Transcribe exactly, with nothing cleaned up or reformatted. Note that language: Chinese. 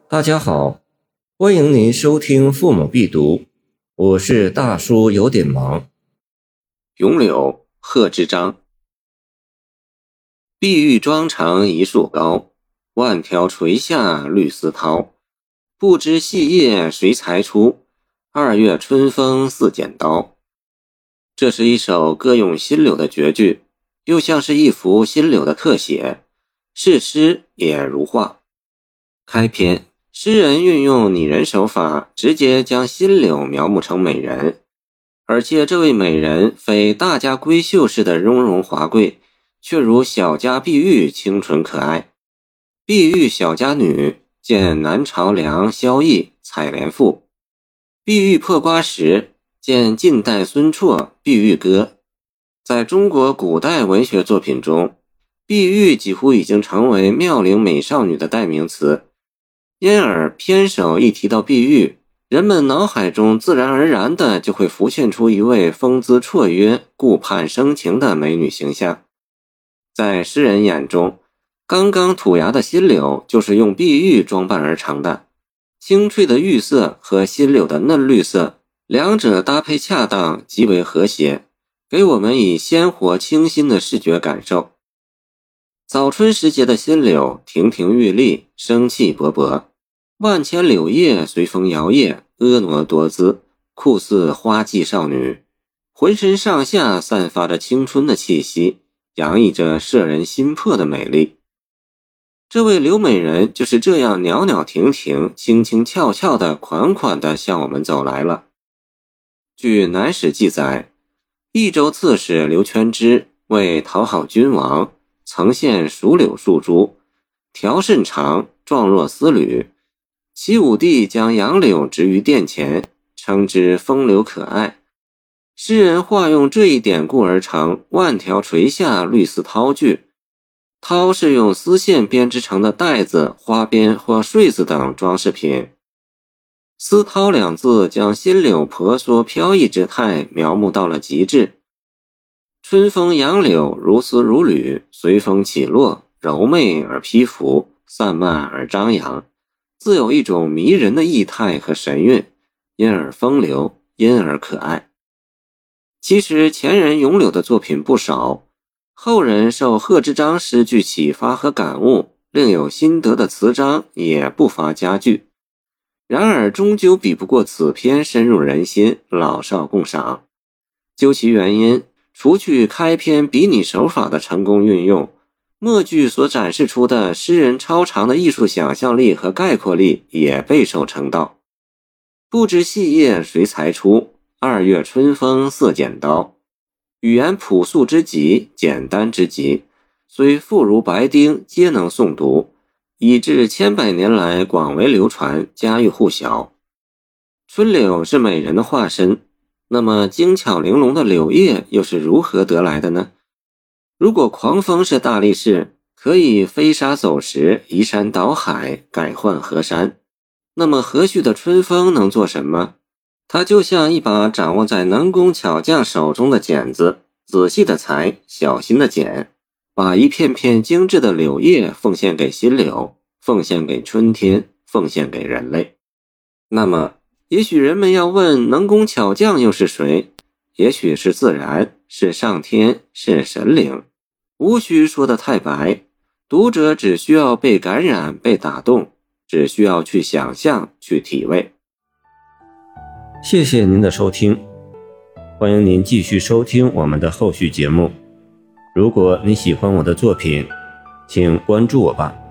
大家好，欢迎您收听父母必读，我是大叔有点忙。 咏柳，贺知章。碧玉妆成一树高，万条垂下绿丝绦。不知细叶谁裁出，二月春风似剪刀。这是一首歌咏新柳的绝句，又像是一幅新柳的特写，是诗也如画。开篇，诗人运用拟人手法，直接将新柳描摹成美人，而且这位美人非大家闺秀式的雍容华贵，却如小家碧玉清纯可爱。碧玉小家女，见南朝梁萧绎采莲赋。碧玉破瓜时，见晋代孙绰《碧玉歌》。在中国古代文学作品中，碧玉几乎已经成为妙龄美少女的代名词，因而篇首一提到碧玉，人们脑海中自然而然的就会浮现出一位风姿绰约、顾盼生情的美女形象。在诗人眼中，刚刚吐芽的新柳就是用碧玉装扮而成的，清脆的玉色和新柳的嫩绿色，两者搭配恰当，极为和谐，给我们以鲜活清新的视觉感受。早春时节的新柳亭亭玉立，生气勃勃，万千柳叶随风摇曳，婀娜多姿，酷似花季少女，浑身上下散发着青春的气息，洋溢着摄人心魄的美丽。这位刘美人就是这样袅袅婷婷、轻轻俏俏的、款款的向我们走来了。据南史记载，益州刺史刘全之为讨好君王，曾献蜀柳数株，条甚长，状若丝缕。齐武帝将杨柳植于殿前，称之风流可爱。诗人化用这一典故而成万条垂下绿丝绦句。绦是用丝线编织成的带子、花边或穗子等装饰品。丝绦两字将新柳婆娑飘逸之态描摹到了极致。春风杨柳如丝如缕，随风起落，柔媚而披拂，散漫而张扬，自有一种迷人的意态和神韵，因而风流，因而可爱。其实前人咏柳的作品不少，后人受贺知章诗句启发和感悟，另有心得的词章也不乏佳句。然而终究比不过此篇深入人心，老少共赏。究其原因，除去开篇比拟手法的成功运用，末句所展示出的诗人超长的艺术想象力和概括力也备受称道。不知细叶谁裁出，二月春风似剪刀。语言朴素之极，简单之极，虽妇孺白丁皆能诵读，以致千百年来广为流传，家喻户晓。春柳是美人的化身，那么精巧玲珑的柳叶又是如何得来的呢？如果狂风是大力士，可以飞沙走石，移山倒海，改换河山，那么和煦的春风能做什么？它就像一把掌握在能工巧匠手中的剪子，仔细的裁，小心的剪，把一片片精致的柳叶奉献给新柳，奉献给春天，奉献给人类。那么也许人们要问，能工巧匠又是谁？也许是自然，是上天，是神灵，无需说得太白，读者只需要被感染，被打动，只需要去想象，去体味。 谢谢您的收听，欢迎您继续收听我们的后续节目。如果你喜欢我的作品，请关注我吧。